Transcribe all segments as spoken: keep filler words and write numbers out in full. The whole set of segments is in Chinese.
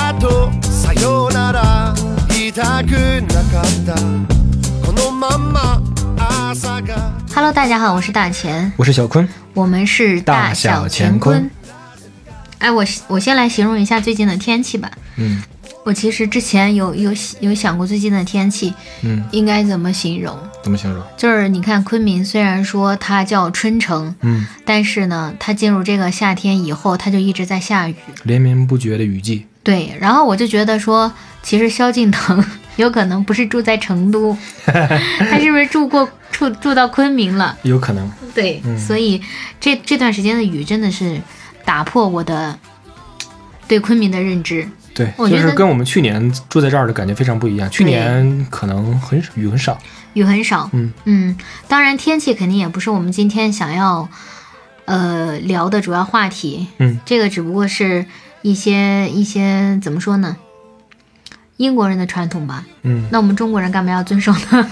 あとさよなら言いたくなかったこのまま朝が。 Hello， 大家好，我是大钱， 我是小坤， 我们是大小乾坤。哎，我我先来形容一下最近的天气吧。 嗯， 我其实之前有有有想过最近的天气， 嗯， 应该怎么形容？ 怎么形容？ 就是你看昆明，虽然说它叫春城， 嗯， 但是呢，它进入这个夏天以后，它就一直在下雨， 连绵不绝的雨季。 对，然后我就觉得说，其实萧敬腾有可能不是住在成都，他是不是住过住住到昆明了？ 有可能。 对， 嗯、 所以这这段时间的雨真的是打破我的对昆明的认知。 对，就是跟我们去年住在这儿的感觉非常不一样。去年可能很雨很少， 雨很少。 嗯嗯，当然天气肯定也不是我们今天想要呃聊的主要话题。 嗯， 这个只不过是一些一些怎么说呢？英国人的传统吧。 嗯， 那我们中国人干嘛要遵守呢？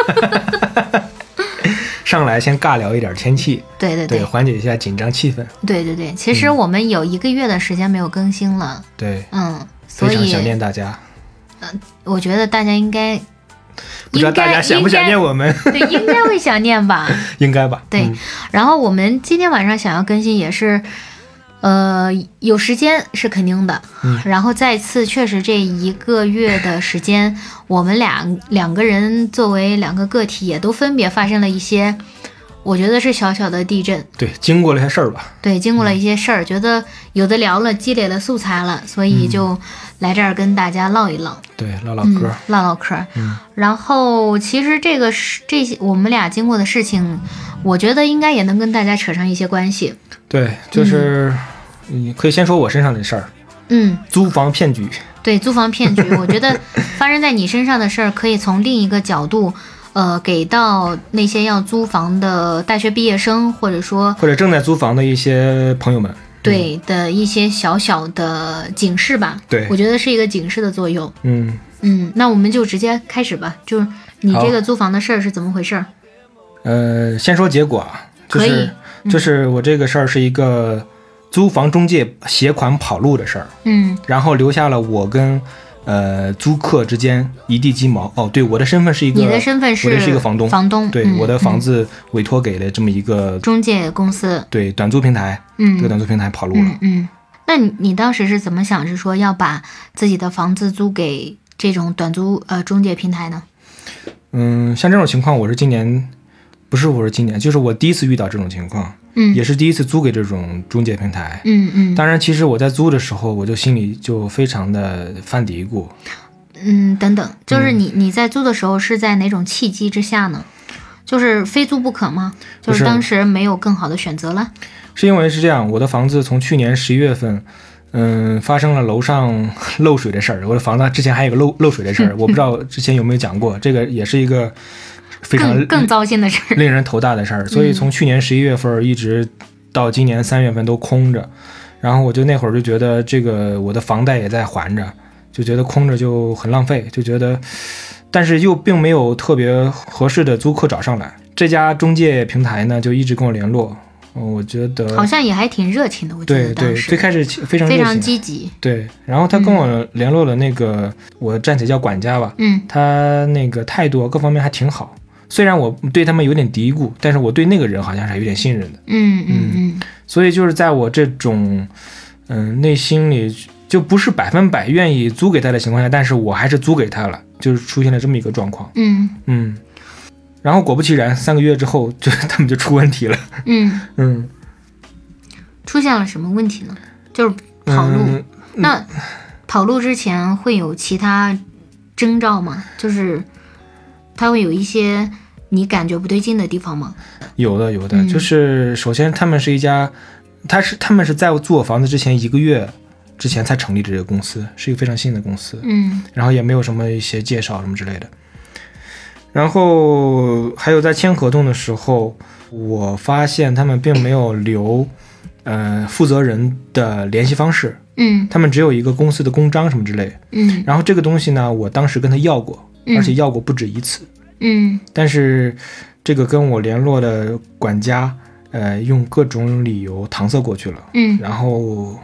上来先尬聊一点天气， 对对对， 缓解一下紧张气氛。 对对对，其实我们有一个月的时间没有更新了。 对， 嗯，所以非常想念大家。 嗯、呃，我觉得大家应该不知道大家想不想念我们？ 对，应该会想念吧。 应该吧。 对、 嗯， 然后我们今天晚上想要更新也是。呃，有时间是肯定的， 嗯， 然后再次确实这一个月的时间，我们俩两个人作为两个个体，也都分别发生了一些，我觉得是小小的地震。 对，经过了一些事儿吧。 对，经过了一些事儿、嗯，觉得有的聊了，积累了素材了，所以就来这儿跟大家唠一唠。 对，唠唠嗑、 嗯，唠唠嗑。 嗯， 然后其实这个是这些我们俩经过的事情，我觉得应该也能跟大家扯上一些关系。 对，就是你可以先说我身上的事儿。 嗯， 租房骗局。 对，租房骗局，我觉得发生在你身上的事儿，可以从另一个角度，呃，给到那些要租房的大学毕业生，或者说或者正在租房的一些朋友们， 对、嗯、的一些小小的警示吧。 对， 我觉得是一个警示的作用。 嗯嗯，那我们就直接开始吧。就是你这个租房的事儿是怎么回事？ 呃，先说结果啊，就是、 可以、嗯、 就是我这个事儿是一个租房中介携款跑路的事儿， 嗯， 然后留下了我跟呃租客之间一地鸡毛。哦，对，我的身份是一个， 你的身份是我的是一个房东， 房东， 对、 嗯， 我的房子委托给了这么一个中介公司， 对，短租平台， 嗯， 这个短租平台跑路了， 嗯，嗯，那你你当时是怎么想着说要把自己的房子租给这种短租呃中介平台呢？ 嗯，像这种情况，我是今年，不是我是今年，就是我第一次遇到这种情况。 嗯， 也是第一次租给这种中介平台。 嗯嗯， 当然，其实我在租的时候，我就心里就非常的犯嘀咕。 嗯，等等，就是你、嗯、你在租的时候是在哪种契机之下呢？就是非租不可吗？就是当时没有更好的选择了？ 是因为是这样，我的房子从去年十一月份，嗯，发生了楼上漏水的事儿。我的房子之前还有个漏漏水的事儿，我不知道之前有没有讲过，这个也是一个。非常更更糟心的事儿， 令人头大的事儿。所以从去年十一月份一直到今年三月份都空着，然后我就那会儿就觉得这个我的房贷也在还着，就觉得空着就很浪费，就觉得，但是又并没有特别合适的租客找上来。这家中介平台呢就一直跟我联络，我觉得好像也还挺热情的，我记得对对，最开始非常热情非常积极。 对，然后他跟我联络了那个、嗯、我暂且叫管家吧， 嗯， 他那个态度各方面还挺好。虽然我对他们有点嘀咕，但是我对那个人好像是有点信任的。 嗯嗯嗯。 所以就是在我这种，嗯、呃，内心里就不是百分百愿意租给他的情况下，但是我还是租给他了，就是出现了这么一个状况。 嗯嗯。然后果不其然，三个月之后，就他们就出问题了。 嗯嗯。 出现了什么问题呢？就是跑路。 嗯、 那跑路之前会有其他征兆吗？就是他会有一些你感觉不对劲的地方吗？ 有的，有的， 嗯、 就是首先他们是一家，他是他们是在租我房子之前一个月之前才成立这个公司，是一个非常新的公司， 嗯， 然后也没有什么一些介绍什么之类的。然后还有在签合同的时候，我发现他们并没有留呃负责人的联系方式， 嗯， 他们只有一个公司的公章什么之类的， 嗯， 然后这个东西呢，我当时跟他要过，而且要过不止一次， 嗯， 但是这个跟我联络的管家，呃，用各种理由搪塞过去了， 嗯， 然后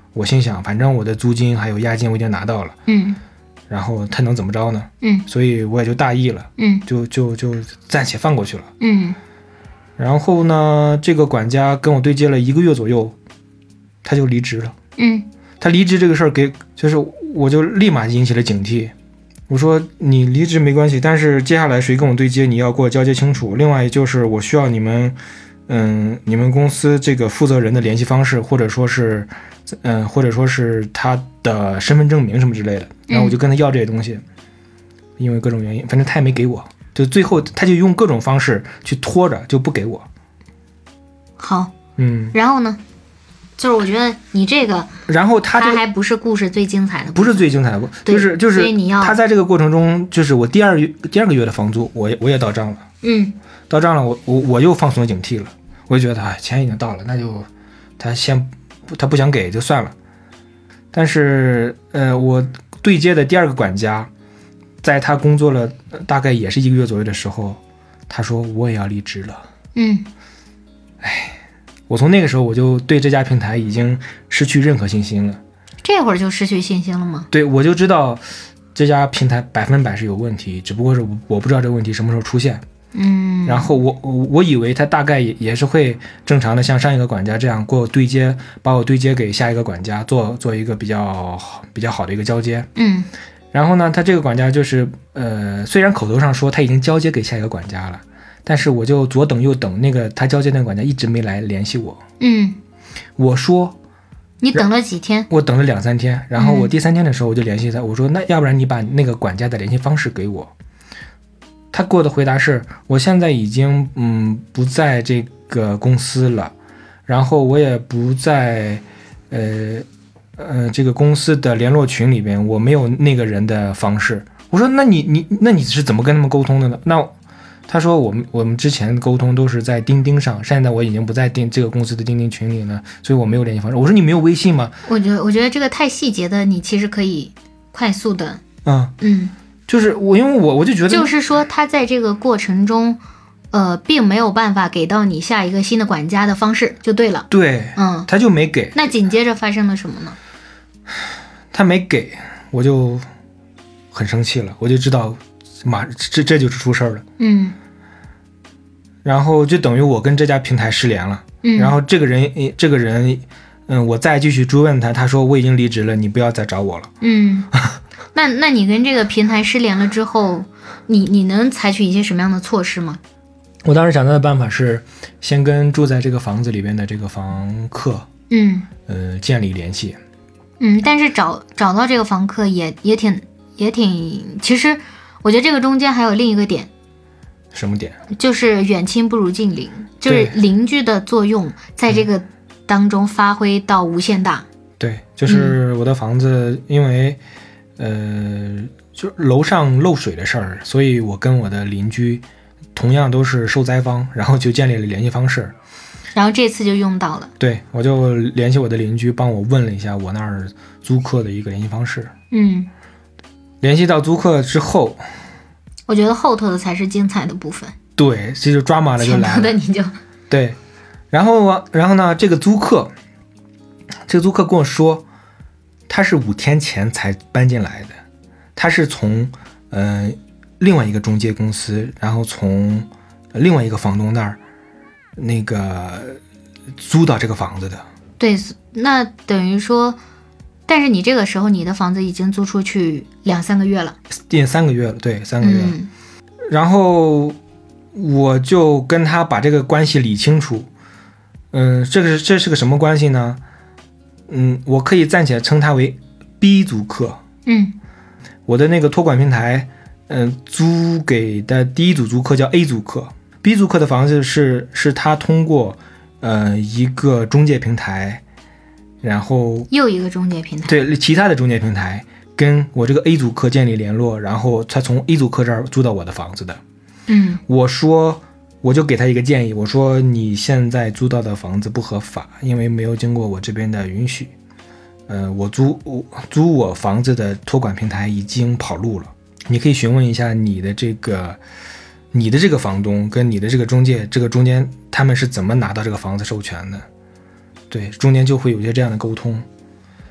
我心想，反正我的租金还有押金我已经拿到了， 嗯然后他能怎么着呢？ 嗯所以我也就大意了， 嗯就就就暂且放过去了。 嗯然后呢，这个管家跟我对接了一个月左右，他就离职了。 嗯他离职这个事儿给，就是我就立马引起了警惕。我说你离职没关系，但是接下来谁跟我对接，你要给我交接清楚。另外就是我需要你们，嗯，你们公司这个负责人的联系方式，或者说是，嗯，或者说是他的身份证明什么之类的。然后我就跟他要这些东西，嗯、因为各种原因，反正他也没给我。就最后他就用各种方式去拖着，就不给我。 好， 嗯， 然后呢？就是我觉得你这个， 然后他他还不是故事最精彩的， 不是最精彩的，就是就是所以你要他在这个过程中，就是我第二月第二个月的房租，我也我也到账了， 嗯， 到账了，我我我又放松警惕了，我就觉得哎，钱已经到了，那就他先他不想给就算了。但是呃，我对接的第二个管家，在他工作了大概也是一个月左右的时候，他说我也要离职了， 嗯， 哎。我从那个时候我就对这家平台已经失去任何信心了。 这会儿就失去信心了吗？ 对，我就知道这家平台百分百是有问题，只不过是我不知道这个问题什么时候出现。 嗯， 然后我我我以为他大概也也是会正常的像上一个管家这样给我对接，把我对接给下一个管家，做做一个比较比较好的一个交接。 嗯， 然后呢，他这个管家就是呃，虽然口头上说他已经交接给下一个管家了。但是我就左等右等，那个他交接那个管家一直没来联系我。 嗯， 我说你等了几天？ 我等了两三天，然后我第三天的时候我就联系他，我说那要不然你把那个管家的联系方式给我。他给我的回答是，我现在已经嗯不在这个公司了，然后我也不在呃呃这个公司的联络群里边，我没有那个人的方式。我说那你你那你是怎么跟他们沟通的呢？那他说我们我们之前沟通都是在钉钉上，现在我已经不在钉这个公司的钉钉群里了，所以我没有联系方式。我说你没有微信吗？ 我觉得我觉得这个太细节的，你其实可以快速的， 嗯嗯， 就是我因为我我就觉得就是说他在这个过程中，呃，并没有办法给到你下一个新的管家的方式，就对了。 对， 嗯， 他就没给。 那紧接着发生了什么呢？ 他没给，我就很生气了，我就知道马这这就是出事儿了。 嗯。 然后就等于我跟这家平台失联了。 嗯， 然后这个人，这个人，嗯，我再继续追问他，他说我已经离职了，你不要再找我了。 嗯，那那你跟这个平台失联了之后，你你能采取一些什么样的措施吗？ 我当时想到的办法是，先跟住在这个房子里边的这个房客， 嗯， 呃，建立联系。 嗯，但是找找到这个房客也也挺也挺，其实我觉得这个中间还有另一个点。 什么点？ 就是远亲不如近邻，就是邻居的作用在这个当中发挥到无限大。 对，就是我的房子，嗯、因为呃，就楼上漏水的事儿，所以我跟我的邻居同样都是受灾方，然后就建立了联系方式。 然后这次就用到了。 对，我就联系我的邻居，帮我问了一下我那儿租客的一个联系方式。 嗯， 联系到租客之后。 我觉得后头的才是精彩的部分。 对，这就抓马了就来了。 前头的你就对，然后我，然后呢，这个租客，这个租客跟我说，他是五天前才搬进来的，他是从呃另外一个中介公司，然后从另外一个房东那儿那个租到这个房子的。 对，那等于说。但是你这个时候，你的房子已经租出去两三个月了， 近三个月了，对，三个月了。 嗯、 然后我就跟他把这个关系理清楚。嗯，这个这是个什么关系呢？嗯，我可以暂且称他为 B 租客。 嗯， 我的那个托管平台，嗯，租给的第一组租客叫 A 租客。B 租客的房子是是他通过呃一个中介平台。然后又一个中介平台， 对，其他的中介平台跟我这个 A 租客建立联络，然后他从 A 租客这儿租到我的房子的。 嗯，我说我就给他一个建议，我说你现在租到的房子不合法，因为没有经过我这边的允许。呃，我租我租我房子的托管平台已经跑路了，你可以询问一下你的这个你的这个房东跟你的这个中介，这个中间他们是怎么拿到这个房子授权的。对，中间就会有些这样的沟通。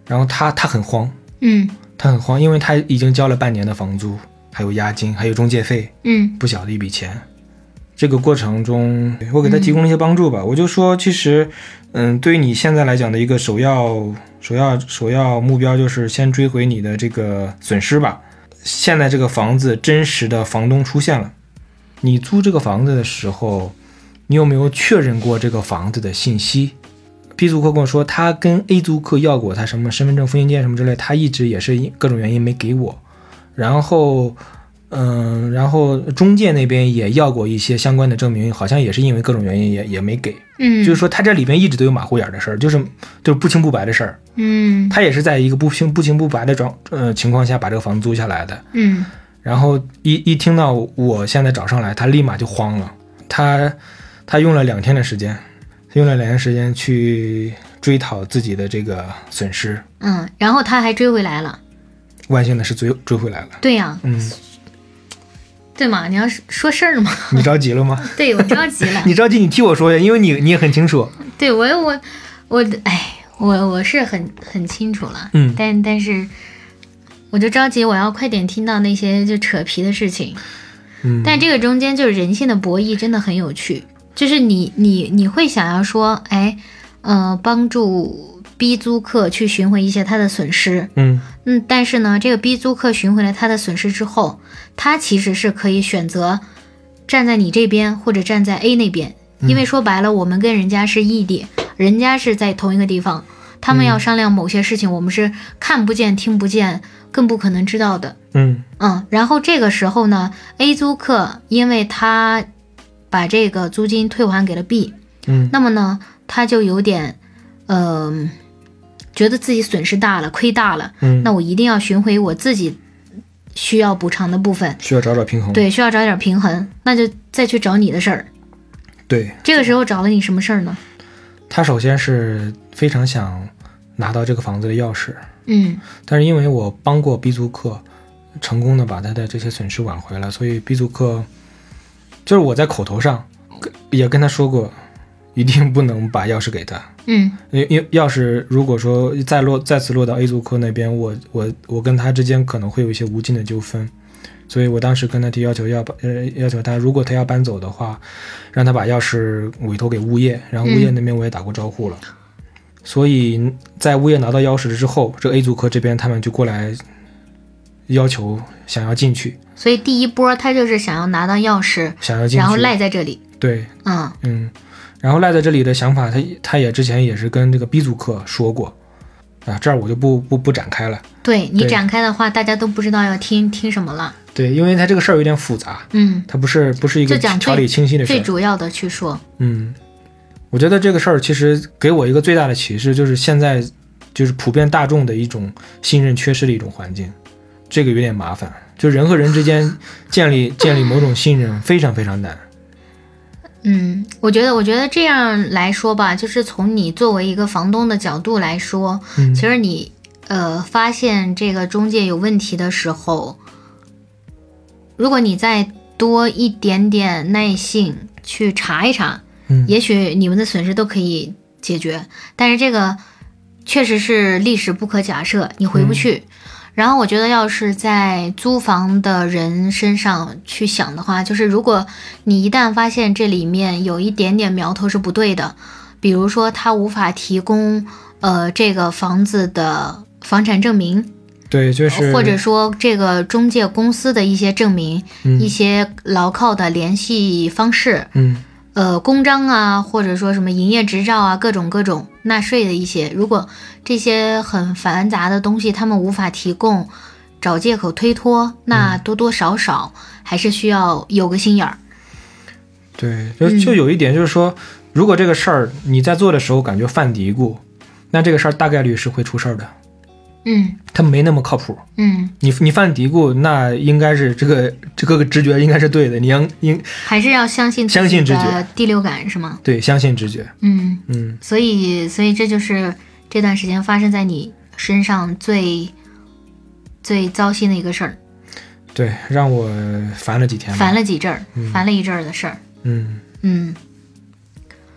然后他他很慌， 嗯他很慌，因为他已经交了半年的房租，还有押金，还有中介费， 嗯不小的一笔钱。这个过程中，我给他提供了一些帮助吧。嗯、我就说，其实，嗯，对于你现在来讲的一个首要、首要、首要目标，就是先追回你的这个损失吧。现在这个房子真实的房东出现了，你租这个房子的时候，你有没有确认过这个房子的信息？ B 租客跟我说，他跟 A 租客要过他什么身份证、复印件什么之类，他一直也是各种原因没给我。然后。嗯，然后中介那边也要过一些相关的证明，好像也是因为各种原因也也没给。 嗯， 就是说他这里边一直都有马虎眼的事儿，就是就是不清不白的事儿。 嗯， 他也是在一个不清不清不白的状呃情况下把这个房子租下来的。 嗯， 然后一一听到我现在找上来，他立马就慌了。他他用了两天的时间，用了两天时间去追讨自己的这个损失。 嗯，然后他还追回来了。 万幸的是追追回来了。 对呀、啊。 嗯。 对嘛？你要说事儿嘛？ 你着急了吗？ 对，我着急了。 你着急，你替我说呀，因为你你也很清楚。 对我我我哎，我我是很很清楚了。 嗯， 但但是我就着急，我要快点听到那些就扯皮的事情。 嗯， 但这个中间就是人性的博弈，真的很有趣。就是你你你会想要说，哎，呃，帮助 B 租客去寻回一些他的损失。 嗯嗯，但是呢，这个 B 租客寻回了他的损失之后，他其实是可以选择站在你这边或者站在 A 那边，因为说白了，我们跟人家是异地，人家是在同一个地方，他们要商量某些事情，我们是看不见、听不见，更不可能知道的。 嗯嗯，然后这个时候呢 ，A 租客因为他把这个租金退还给了 B， 嗯， 那么呢，他就有点，嗯、呃。觉得自己损失大了，亏大了， 嗯， 那我一定要寻回我自己需要补偿的部分， 需要找找平衡， 对，需要找点平衡，那就再去找你的事儿。 对， 这个时候找了你什么事儿呢？ 他首先是非常想拿到这个房子的钥匙， 嗯， 但是因为我帮过 B 租客，成功的把他的这些损失挽回了，所以 B 租客就是我在口头上也跟他说过，一定不能把钥匙给他。 嗯， 因因钥匙如果说再落再次落到 A 租客那边，我我我跟他之间可能会有一些无尽的纠纷，所以我当时跟他提要求要呃要求他，如果他要搬走的话，让他把钥匙委托给物业，然后物业那边我也打过招呼了，嗯、所以在物业拿到钥匙之后，这 A 租客这边他们就过来要求想要进去， 所以第一波他就是想要拿到钥匙， 想要进去， 然后赖在这里， 对， 嗯嗯。然后赖在这里的想法，他他也之前也是跟这个 B 租客说过，啊，这儿我就不不不展开了。 对你展开的话，大家都不知道要听听什么了。 对，因为他这个事儿有点复杂， 嗯， 他不是不是一个条理清晰的事儿。 最主要的去说， 嗯，我觉得这个事儿其实给我一个最大的启示，就是现在就是普遍大众的一种信任缺失的一种环境，这个有点麻烦，就人和人之间建立建立某种信任非常非常难。 嗯，我觉得，我觉得这样来说吧，就是从你作为一个房东的角度来说， 嗯、 其实你呃发现这个中介有问题的时候，如果你再多一点点耐性去查一查， 嗯， 也许你们的损失都可以解决。但是这个确实是历史不可假设，你回不去。嗯，然后我觉得要是在租房的人身上去想的话，就是如果你一旦发现这里面有一点点苗头是不对的，比如说他无法提供呃这个房子的房产证明， 对，就是或者说这个中介公司的一些证明， 嗯、 一些牢靠的联系方式， 嗯， 呃，公章啊，或者说什么营业执照啊，各种各种纳税的一些，如果这些很繁杂的东西他们无法提供，找借口推脱，那多多少少还是需要有个心眼儿。 对，就就有一点就是说，嗯、如果这个事儿你在做的时候感觉犯嘀咕，那这个事儿大概率是会出事儿的。 嗯， 它没那么靠谱。 嗯， 你你犯嘀咕，那应该是这个这个直觉应该是对的，你应应还是要相信相信直觉， 第六感是吗？ 对，相信直觉。 嗯嗯， 所以所以这就是这段时间发生在你身上最最糟心的一个事儿。 对，让我烦了几天， 烦了几阵儿， 嗯、 烦了一阵儿的事儿。 嗯嗯，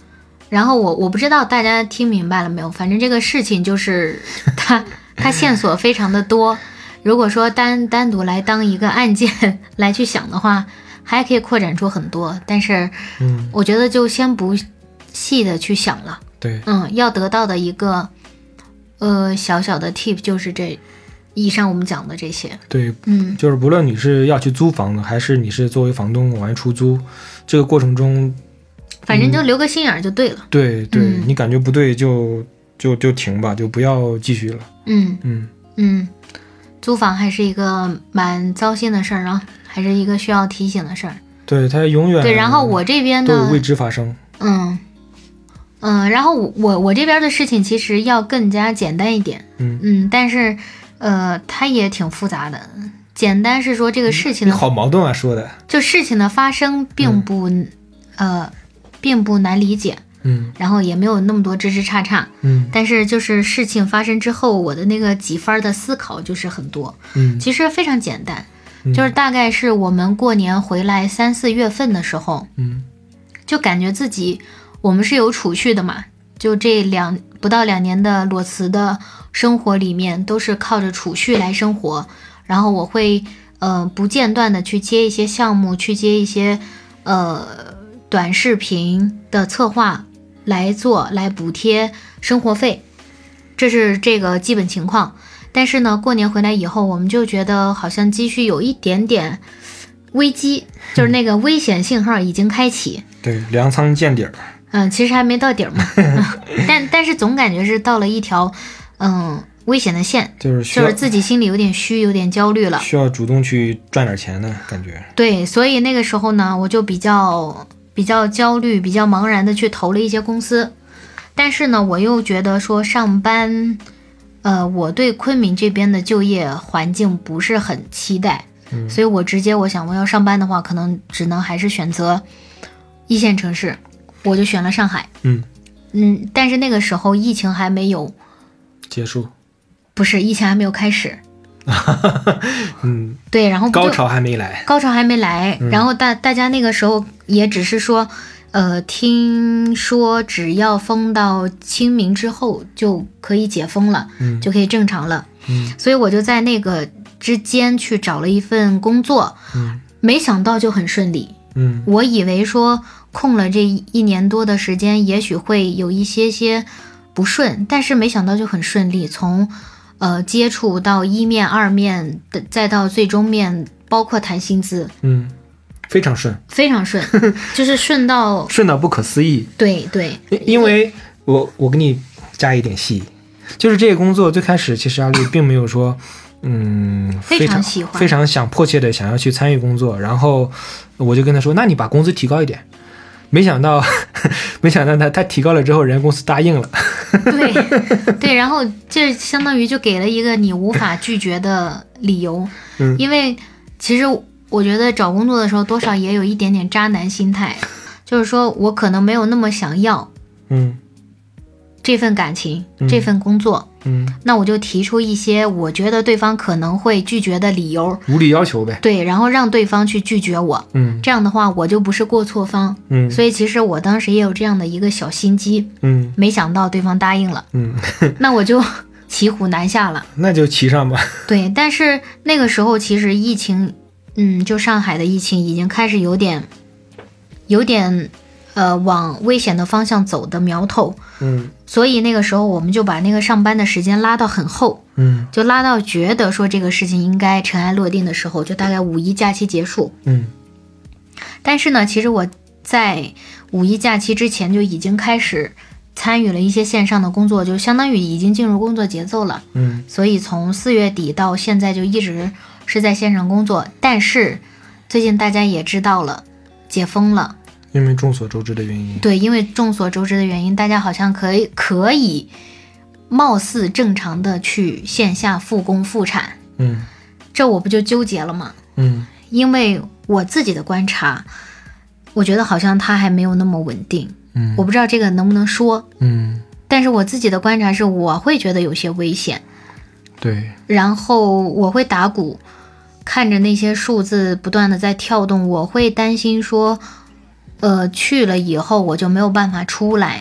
然后我我不知道大家听明白了没有，反正这个事情就是它它线索非常的多。如果说单单独来当一个案件来去想的话，还可以扩展出很多，但是嗯， 我觉得就先不细的去想了。 对， 嗯，要得到的一个呃小小的 tip 就是这以上我们讲的这些。 对， 嗯， 就是不论你是要去租房子，还是你是作为房东往外出租，这个过程中， 反正就留个心眼儿就对了。 对对、 嗯你感觉不对就就就停吧，就不要继续了。 嗯嗯， 嗯，租房还是一个蛮糟心的事儿啊，还是一个需要提醒的事儿。 对，它永远对，然后我这边呢， 都有未知发生。 嗯嗯，然后我我我这边的事情其实要更加简单一点。 嗯嗯，但是呃，它也挺复杂的。简单是说这个事情你的， 好矛盾啊，说的。 就事情的发生并不、呃并不难理解， 嗯然后也没有那么多枝枝杈杈。 嗯但是就是事情发生之后，我的那个几番的思考就是很多。 嗯其实非常简单， 嗯就是大概是我们过年回来三四月份的时候， 嗯就感觉自己我们是有储蓄的嘛，就这两不到两年的裸辞的生活里面，都是靠着储蓄来生活。然后我会呃不间断的去接一些项目，去接一些呃短视频的策划来做，来补贴生活费，这是这个基本情况。但是呢，过年回来以后，我们就觉得好像积蓄有一点点危机，就是那个危险信号已经开启。 对，粮仓见底儿。 嗯，其实还没到底儿嘛，但但是总感觉是到了一条嗯危险的线， 就是需要就是自己心里有点虚，有点焦虑了。 需要主动去赚点钱的感觉。 对，所以那个时候呢，我就比较比较焦虑，比较茫然的去投了一些公司。但是呢，我又觉得说上班，呃，我对昆明这边的就业环境不是很期待， 嗯所以我直接我想我要上班的话，可能只能还是选择一线城市，我就选了上海。 嗯， 嗯，但是那个时候疫情还没有， 结束。 不是疫情还没有开始， 嗯， 对，然后不就高潮还没来。 高潮还没来， 嗯然后大大家那个时候也只是说，呃，听说只要封到清明之后就可以解封了， 嗯就可以正常了， 嗯所以我就在那个之间去找了一份工作， 嗯没想到就很顺利。 嗯我以为说空了这一年多的时间，也许会有一些些不顺，但是没想到就很顺利，从呃接触到一面、二面的，再到最终面，包括谈薪资， 嗯，非常顺， 非常顺，就是顺到顺到不可思议。 对对， 因因为我我给你加一点戏，就是这个工作最开始其实阿丽并没有说，嗯， 非非常常喜欢非常想迫切的想要去参与工作，然后我就跟他说，那你把工资提高一点。没想到，没想到他他提高了之后，人家公司答应了。 对对，然后这相当于就给了一个你无法拒绝的理由， 嗯因为其实我觉得找工作的时候多少也有一点点渣男心态，就是说我可能没有那么想要嗯这份感情、 嗯这份工作， 嗯， 那我就提出一些我觉得对方可能会拒绝的理由， 无理要求呗。 对，然后让对方去拒绝我， 嗯这样的话我就不是过错方。 嗯所以其实我当时也有这样的一个小心机， 嗯没想到对方答应了， 嗯， 那我就骑虎难下了。 那就骑上吧。 对，但是那个时候其实疫情，嗯，就上海的疫情已经开始有点，有点，呃，往危险的方向走的苗头。 嗯所以那个时候我们就把那个上班的时间拉到很后， 嗯就拉到觉得说这个事情应该尘埃落定的时候，就大概五一假期结束。 嗯但是呢，其实我在五一假期之前就已经开始参与了一些线上的工作，就相当于已经进入工作节奏了。 嗯所以从四月底到现在就一直是在线上工作。但是最近大家也知道了，解封了， 因为众所周知的原因。 对，因为众所周知的原因，大家好像可以可以貌似正常的去线下复工复产， 嗯这我不就纠结了吗？ 嗯因为我自己的观察，我觉得好像它还没有那么稳定。 嗯， 我不知道这个能不能说， 嗯但是我自己的观察是，我会觉得有些危险。 对， 然后我会打鼓，看着那些数字不断的在跳动，我会担心说，呃，去了以后我就没有办法出来，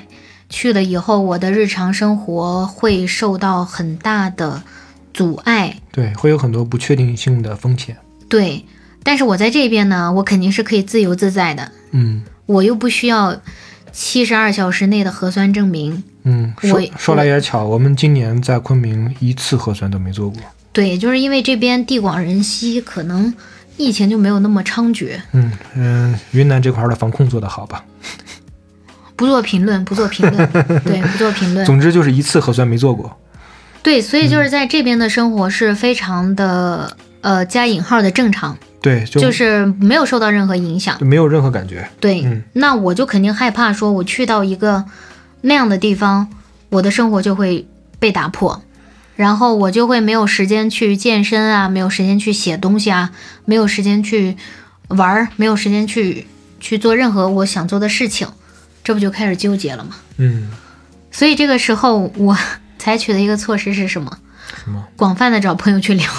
去了以后，我的日常生活会受到很大的阻碍。 对，会有很多不确定性的风险。 对，但是我在这边呢，我肯定是可以自由自在的。 嗯， 我又不需要七十二小时内的核酸证明。 嗯， 我说说来也巧，我们今年在昆明一次核酸都没做过。 对，就是因为这边地广人稀，可能疫情就没有那么猖獗。 嗯嗯，云南这块的防控做得好吧？ 不做评论，不做评论，对，不做评论。 总之就是一次核酸没做过。 对，所以就是在这边的生活是非常的、嗯、呃加引号的正常。 对，就就是没有受到任何影响， 没有任何感觉。 对、 嗯， 那我就肯定害怕说我去到一个那样的地方，我的生活就会被打破，然后我就会没有时间去健身啊，没有时间去写东西啊，没有时间去玩，没有时间去去做任何我想做的事情，这不就开始纠结了吗？ 嗯， 所以这个时候我采取的一个措施是什么？ 什么？ 广泛的找朋友去聊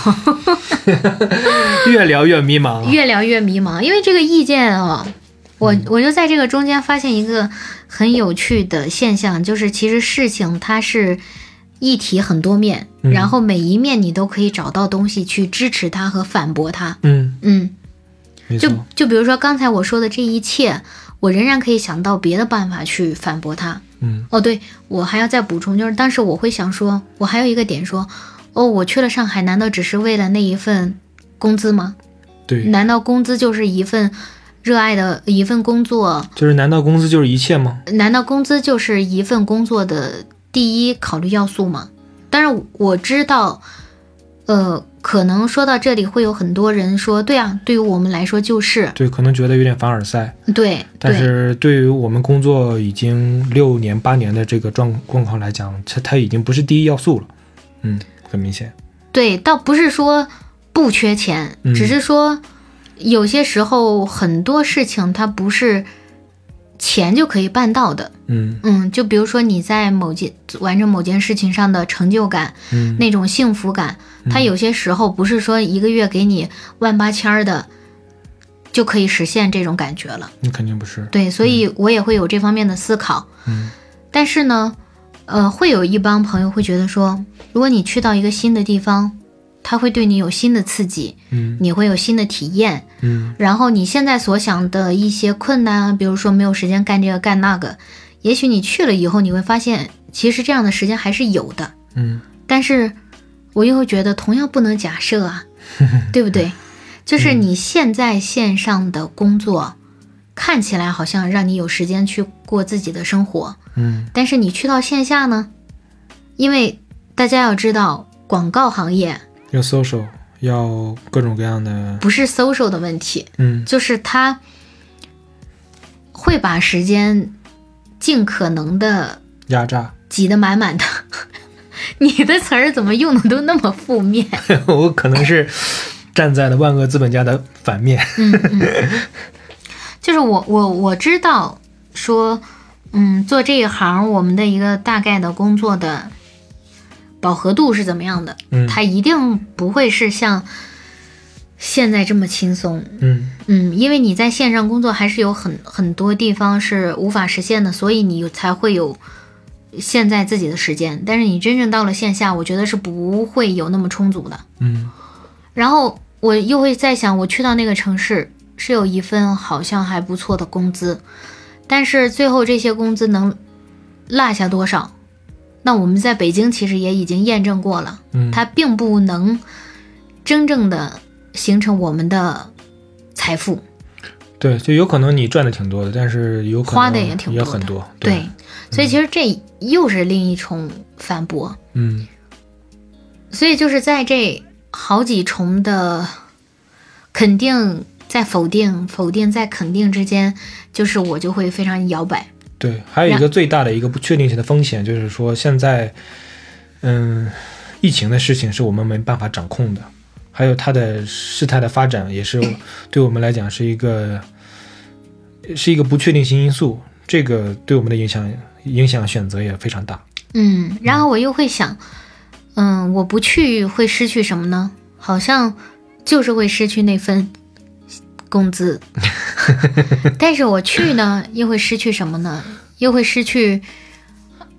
越聊越迷茫， 越聊越迷茫，因为这个意见啊，我嗯我就在这个中间发现一个很有趣的现象，就是其实事情它是一体很多面、 嗯、 然后每一面你都可以找到东西去支持它和反驳它。 嗯嗯， 没错。 就就比如说刚才我说的这一切，我仍然可以想到别的办法去反驳它。 嗯， 哦，对，我还要再补充，就是当时我会想说，我还有一个点说，哦，我去了上海，难道只是为了那一份工资吗？ 对， 难道工资就是一份热爱的一份工作？ 就是难道工资就是一切吗？ 难道工资就是一份工作的第一考虑要素吗？当然我知道，呃，可能说到这里会有很多人说，对啊，对于我们来说就是， 对，可能觉得有点凡尔赛。 对， 但是对于我们工作已经六年八年的这个状状况来讲，它它已经不是第一要素了。嗯，很明显。 对，倒不是说不缺钱， 嗯、 只是说有些时候很多事情它不是钱就可以办到的。 嗯嗯，就比如说你在某件完成某件事情上的成就感， 嗯， 那种幸福感，它有些时候不是说一个月给你万八千的就可以实现这种感觉了。 那肯定不是。 对，所以我也会有这方面的思考。 嗯， 但是呢，呃，会有一帮朋友会觉得说，如果你去到一个新的地方，它会对你有新的刺激， 嗯， 你会有新的体验， 嗯， 然后你现在所想的一些困难，比如说没有时间干这个干那个，也许你去了以后，你会发现其实这样的时间还是有的， 嗯， 但是我又会觉得同样不能假设啊，对不对？就是你现在线上的工作、嗯、看起来好像让你有时间去过自己的生活， 嗯， 但是你去到线下呢，因为大家要知道广告行业要 social， 要各种各样的， 不是 social 的问题， 嗯， 就是他会把时间尽可能的压榨挤得满满的。你的词儿怎么用的都那么负面？ 我可能是站在了万恶资本家的反面。 嗯嗯，就是我我我知道说，嗯，做这一行我们的一个大概的工作的饱和度是怎么样的？ 嗯， 它一定不会是像现在这么轻松。 嗯嗯，因为你在线上工作还是有很很多地方是无法实现的，所以你才会有现在自己的时间。但是你真正到了线下，我觉得是不会有那么充足的。 嗯， 然后我又会在想，我去到那个城市是有一份好像还不错的工资，但是最后这些工资能落下多少？那我们在北京其实也已经验证过了， 嗯， 它并不能真正的形成我们的财富。 对，就有可能你赚的挺多的，但是有可能花的也挺多的， 也很多。 对， 对， 所以其实这又是另一重反驳。 嗯， 所以就是在这好几重的肯定在否定、否定在肯定之间，就是我就会非常摇摆。 对，还有一个最大的一个不确定性的风险，就是说现在，嗯，疫情的事情是我们没办法掌控的，还有它的事态的发展也是对我们来讲是一个是一个不确定性因素，这个对我们的影响影响选择也非常大。 嗯，然后我又会想，嗯，我不去会失去什么呢？好像就是会失去那份工资。但是我去呢，又会失去什么呢？又会失去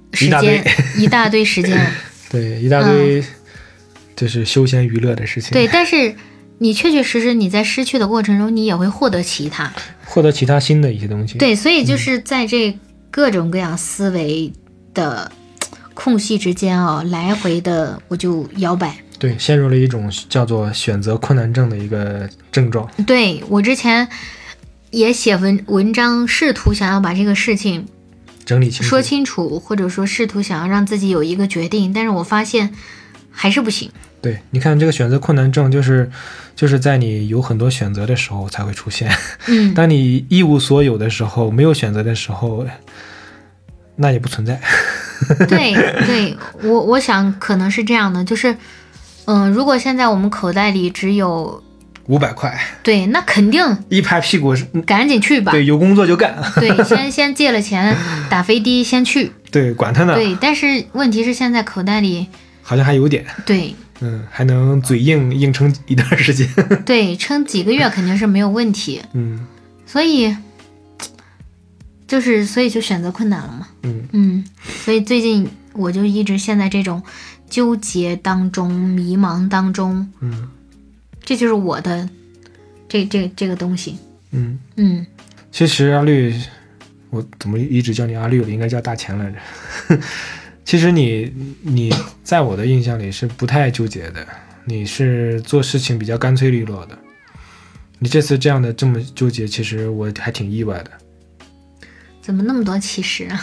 时一大堆间，一大堆时间。 对，一大堆就是休闲娱乐的事情。 对，但是你确确实实你在失去的过程中，你也会获得其他， 获得其他新的一些东西。 对，所以就是在这各种各样思维的空隙之间啊、来回的我就摇摆。 对，陷入了一种叫做选择困难症的一个症状。 对，我之前也写文文章，试图想要把这个事情整理清楚， 说清楚，或者说试图想要让自己有一个决定，但是我发现还是不行。 对，你看这个选择困难症，就是就是在你有很多选择的时候才会出现。 嗯， 当你一无所有的时候，没有选择的时候，那也不存在。 对对，我我想可能是这样的，就是嗯、呃，如果现在我们口袋里只有五百块， 对，那肯定一拍屁股， 赶紧去吧。 对，有工作就干。 对，先先借了钱打飞的，先去。 对，管他呢。 对，但是问题是现在口袋里好像还有点。 对， 嗯，还能嘴硬硬撑一段时间。 对，撑几个月肯定是没有问题。 嗯， 所以就是所以就选择困难了嘛。 嗯嗯，所以最近我就一直陷在这种纠结当中、迷茫当中。 嗯， 这就是我的这这这个东西。 嗯嗯， 其实阿绿，我怎么一直叫你阿绿了？应该叫大钱来着。其实你你在我的印象里是不太纠结的，你是做事情比较干脆利落的。你这次这样的这么纠结，其实我还挺意外的。 怎么那么多歧视啊？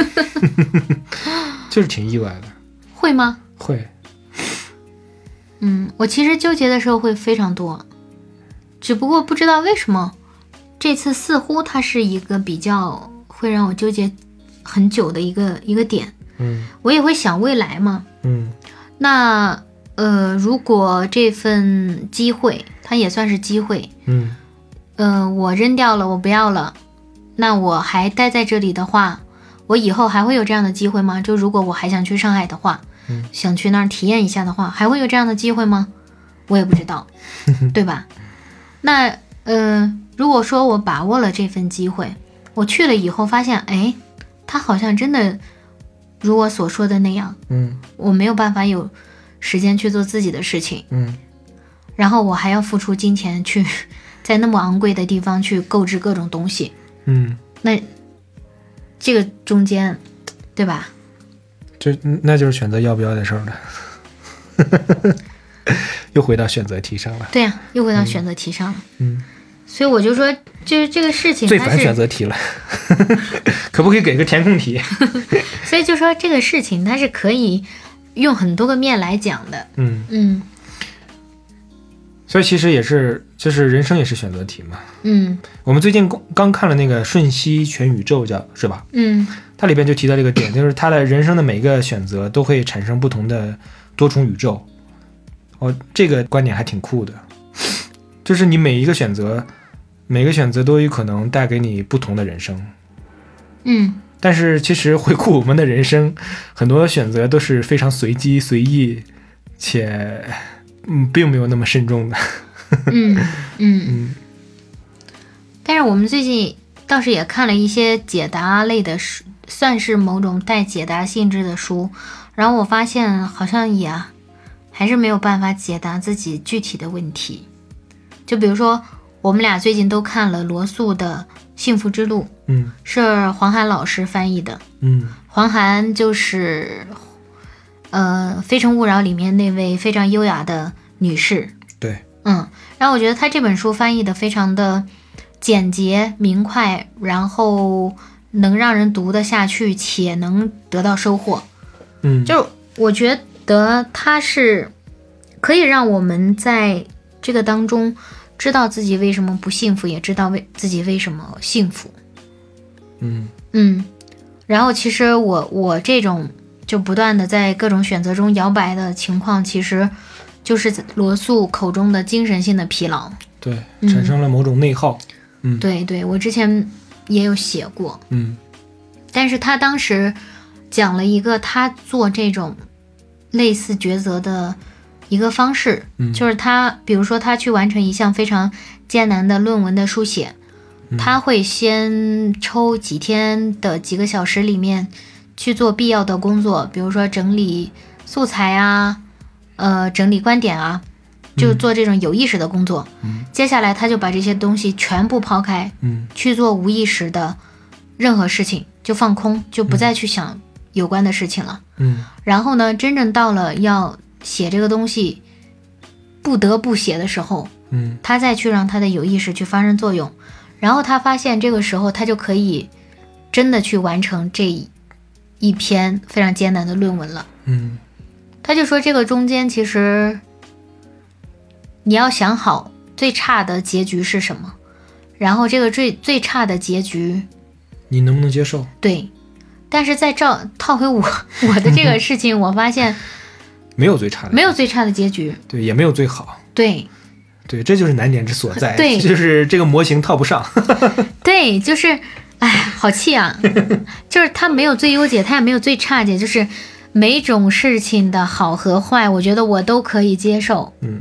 就是挺意外的。 会吗？ 会。 嗯，我其实纠结的时候会非常多，只不过不知道为什么这次似乎它是一个比较会让我纠结很久的一个一个点。 嗯， 我也会想未来嘛。 嗯， 那呃，如果这份机会它也算是机会， 嗯， 呃，我扔掉了，我不要了，那我还待在这里的话，我以后还会有这样的机会吗？就如果我还想去上海的话， 嗯， 想去那儿体验一下的话，还会有这样的机会吗？我也不知道，对吧？那呃，如果说我把握了这份机会，我去了以后发现，哎，他好像真的如我所说的那样， 嗯， 我没有办法有时间去做自己的事情， 嗯， 然后我还要付出金钱去在那么昂贵的地方去购置各种东西， 嗯， 那这个中间，对吧？ 这那就是选择要不要的事儿了。又回到选择题上了。 对呀、啊，又回到选择题上了。 嗯， 所以我就说，就是这个事情最烦选择题了。可不可以给个填空题？ 所以就说这个事情它是可以用很多个面来讲的。 嗯嗯， 所以其实也是，就是人生也是选择题嘛。 嗯我们最近刚刚看了那个《瞬息全宇宙》，叫是吧？ 嗯它里边就提到这个点，就是他的人生的每个选择都会产生不同的多重宇宙。哦，这个观点还挺酷的，就是你每一个选择，每个选择都有可能带给你不同的人生。 嗯， 但是其实回顾我们的人生，很多选择都是非常随机随意，且嗯并没有那么慎重的。 嗯嗯嗯， 但是我们最近倒是也看了一些解答类的书，算是某种带解答性质的书，然后我发现好像也还是没有办法解答自己具体的问题。就比如说我们俩最近都看了罗素的《幸福之路》， 嗯是黄涵老师翻译的。 嗯黄涵就是呃《非诚勿扰》里面那位非常优雅的女士。 对， 嗯，然后我觉得他这本书翻译的非常的简洁明快，然后能让人读得下去，且能得到收获。 嗯， 就我觉得他是可以让我们在这个当中知道自己为什么不幸福，也知道为自己为什么幸福。 嗯嗯，然后其实我我这种就不断的在各种选择中摇摆的情况，其实就是罗素口中的精神性的疲劳。 对，产生了某种内耗。嗯， 对对，我之前也有写过。 嗯但是他当时讲了一个他做这种类似抉择的一个方式， 嗯就是他比如说他去完成一项非常艰难的论文的书写， 嗯他会先抽几天的几个小时里面去做必要的工作，比如说整理素材啊，呃，整理观点啊，就做这种有意识的工作。 嗯， 接下来他就把这些东西全部抛开， 嗯， 去做无意识的任何事情，就放空，就不再去想有关的事情了。 嗯， 然后呢，真正到了要写这个东西不得不写的时候， 嗯， 他再去让他的有意识去发生作用，然后他发现这个时候他就可以真的去完成这一篇非常艰难的论文了。 嗯， 他就说这个中间其实你要想好最差的结局是什么，然后这个最最差的结局你能不能接受？ 对，但是再照套回我我的这个事情，我发现没有最差的， 没有最差的结局， 对，也没有最好。 对对，这就是难点之所在， 对就是这个模型套不上。 对，就是哎，好气啊！就是它没有最优解，它也没有最差解，就是每种事情的好和坏，我觉得我都可以接受。 嗯，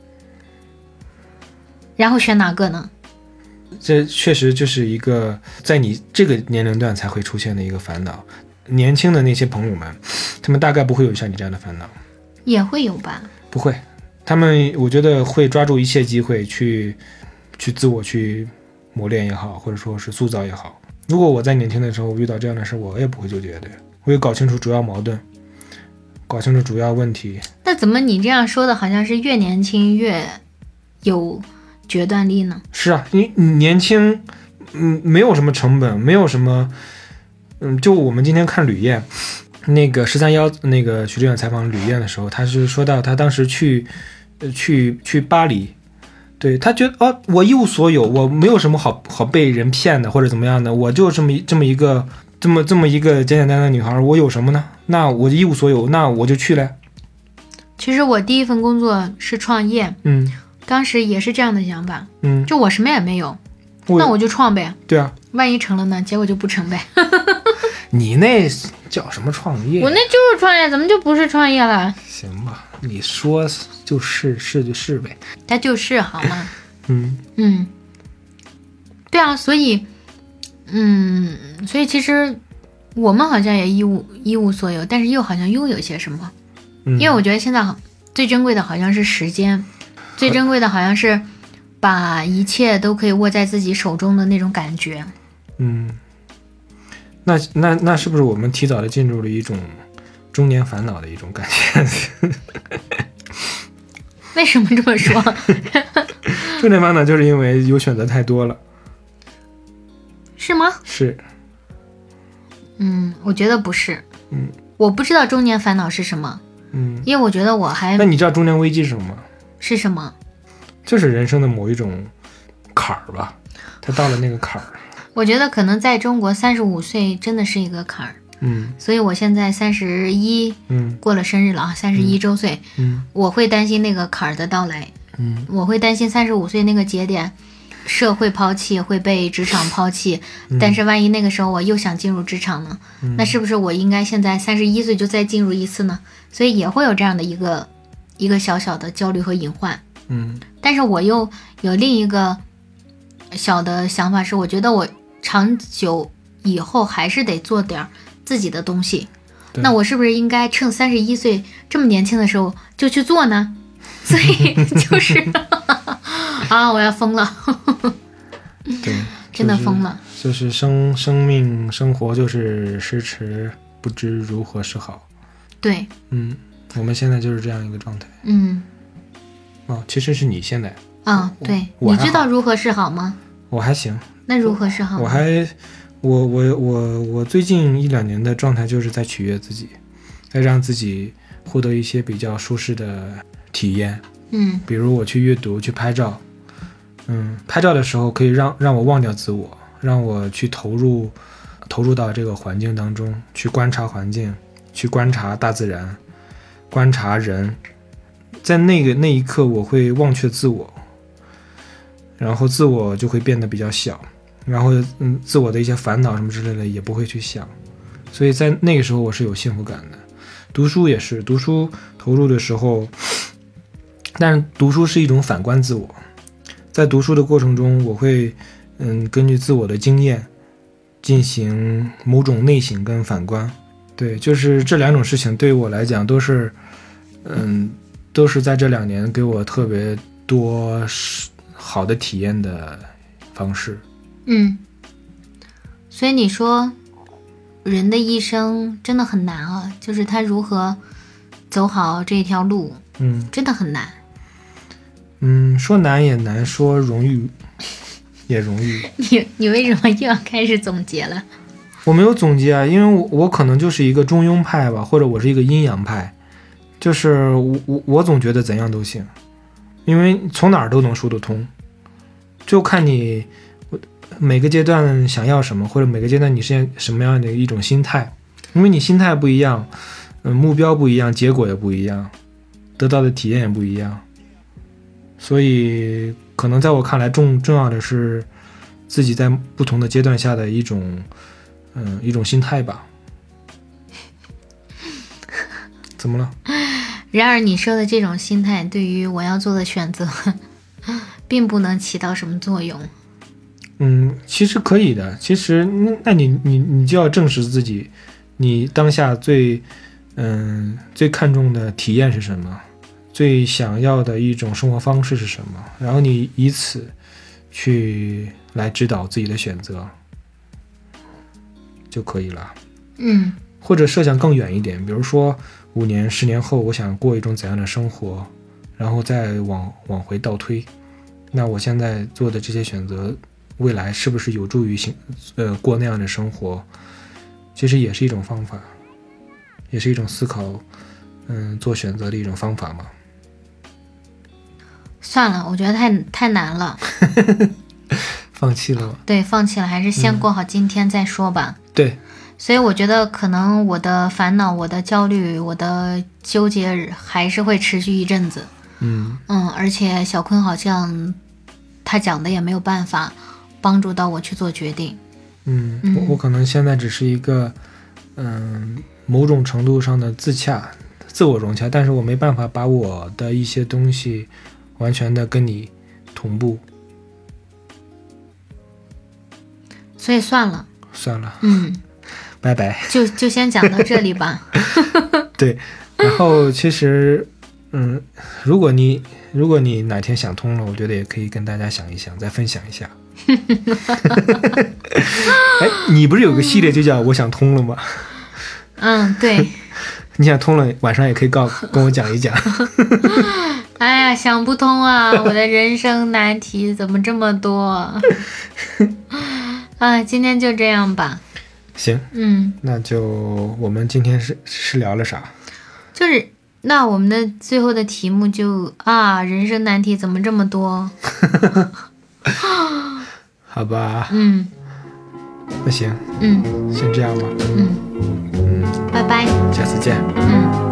然后选哪个呢？ 这确实就是一个在你这个年龄段才会出现的一个烦恼。年轻的那些朋友们，他们大概不会有像你这样的烦恼， 也会有吧？ 不会，他们我觉得会抓住一切机会去去自我去磨练也好，或者说是塑造也好。如果我在年轻的时候遇到这样的事，我也不会纠结的，我会搞清楚主要矛盾，搞清楚主要问题。 那怎么你这样说的好像是越年轻越有决断力呢？ 是啊，你你年轻，嗯，没有什么成本，没有什么，嗯，就我们今天看吕燕，那个十三幺那个徐志远采访吕燕的时候，他是说到他当时去，呃，去去巴黎，对他觉得哦，我一无所有，我没有什么好好被人骗的或者怎么样的，我就这么这么一个这么这么一个简简单单的女孩，我有什么呢？那我一无所有，那我就去了。 其实我第一份工作是创业， 嗯， 当时也是这样的想法， 嗯， 就我什么也没有， 我那我就创呗。 对啊， 万一成了呢？结果就不成呗。 你那叫什么创业？ 我那就是创业，怎么就不是创业了？ 行吧，你说就是是就是呗。 它就是好吗？ 嗯嗯，对啊，所以，嗯，所以其实我们好像也一无一无所有，但是又好像拥有些什么。 嗯， 因为我觉得现在最珍贵的好像是时间，最珍贵的好像是把一切都可以握在自己手中的那种感觉。 嗯，那那那是不是我们提早的进入了一种中年烦恼的一种感觉？ 为什么这么说？ 中年烦恼就是因为有选择太多了。 是吗？ 是。 嗯，我觉得不是。 嗯， 我不知道中年烦恼是什么。 嗯， 因为我觉得我还那你知道中年危机是什么吗？ 是什么？ 就是人生的某一种坎儿吧，他到了那个坎儿。 我觉得可能在中国三十五岁真的是一个坎儿。 嗯， 所以我现在三十一， 嗯， 过了生日了啊，三十一周岁， 嗯， 我会担心那个坎儿的到来， 嗯， 我会担心三十五岁那个节点，社会抛弃会被职场抛弃， 嗯、 但是万一那个时候我又想进入职场呢， 嗯、 那是不是我应该现在三十一岁就再进入一次呢？所以也会有这样的一个一个小小的焦虑和隐患， 嗯， 但是我又有另一个小的想法是，我觉得我长久以后还是得做点自己的东西，那我是不是应该趁三十一岁这么年轻的时候就去做呢？所以就是啊，我要疯了。 对， 真的疯了。 就是、就是生生命生活就是迟迟不知如何是好。 对， 嗯，我们现在就是这样一个状态。 嗯， 哦，其实是你现在。 啊，对，你知道如何是好吗？ 我还行。 那如何是好？ 我还。我我我我最近一两年的状态就是在取悦自己，在让自己获得一些比较舒适的体验。 嗯， 比如我去阅读，去拍照。嗯，拍照的时候可以让让我忘掉自我，让我去投入投入到这个环境当中，去观察环境，去观察大自然，观察人。在那个那一刻，我会忘却自我，然后自我就会变得比较小。然后，嗯，自我的一些烦恼什么之类的也不会去想，所以在那个时候我是有幸福感的。读书也是，读书投入的时候，但是读书是一种反观自我，在读书的过程中，我会，嗯，根据自我的经验进行某种内省跟反观， 对，就是这两种事情对于我来讲都是，嗯，都是在这两年给我特别多好的体验的方式。 嗯，所以你说人的一生真的很难啊，就是他如何走好这条路， 嗯， 真的很难。 嗯，说难也难，说容易也容易。 你你为什么又要开始总结了？ 我没有总结啊，因为我我可能就是一个中庸派吧，或者我是一个阴阳派，就是我我我总觉得怎样都行，因为从哪儿都能说得通，就看你每个阶段想要什么，或者每个阶段你是什么样的一种心态，因为你心态不一样，嗯，目标不一样，结果也不一样，得到的体验也不一样，所以可能在我看来重重要的是自己在不同的阶段下的一种嗯一种心态吧。怎么了？ 然而你说的这种心态对于我要做的选择并不能起到什么作用。 嗯，其实可以的。其实，那你你你就要正视自己，你当下最嗯最看重的体验是什么，最想要的一种生活方式是什么，然后你以此去来指导自己的选择就可以了。 嗯， 或者设想更远一点，比如说五年、十年后，我想过一种怎样的生活，然后再往往回倒推，那我现在做的这些选择，未来是不是有助于行呃过那样的生活？其实也是一种方法，也是一种思考，嗯，做选择的一种方法嘛。 算了，我觉得太太难了。 放弃了吗？ 对，放弃了，还是先过好今天再说吧。 嗯、对。 所以我觉得可能我的烦恼、我的焦虑、我的纠结还是会持续一阵子。 嗯嗯，而且小坤好像他讲的也没有办法帮助到我去做决定。 嗯， 嗯我我可能现在只是一个嗯某种程度上的自洽、自我融洽，但是我没办法把我的一些东西完全的跟你同步。 所以算了， 算了， 嗯。 拜拜， 就就先讲到这里吧。 对，然后其实，嗯，如果你如果你哪天想通了，我觉得也可以跟大家想一想，再分享一下。哎，你不是有个系列就叫我想通了吗？ 嗯，对。 你想通了，晚上也可以告跟我讲一讲。 哎呀，想不通啊！我的人生难题怎么这么多？啊，今天就这样吧。 行， 嗯， 那就我们今天是是聊了啥？ 就是那我们的最后的题目就啊，人生难题怎么这么多？ 好吧， 嗯， 那行， 嗯， 先这样吧， 嗯嗯， 拜拜， 下次见， 嗯。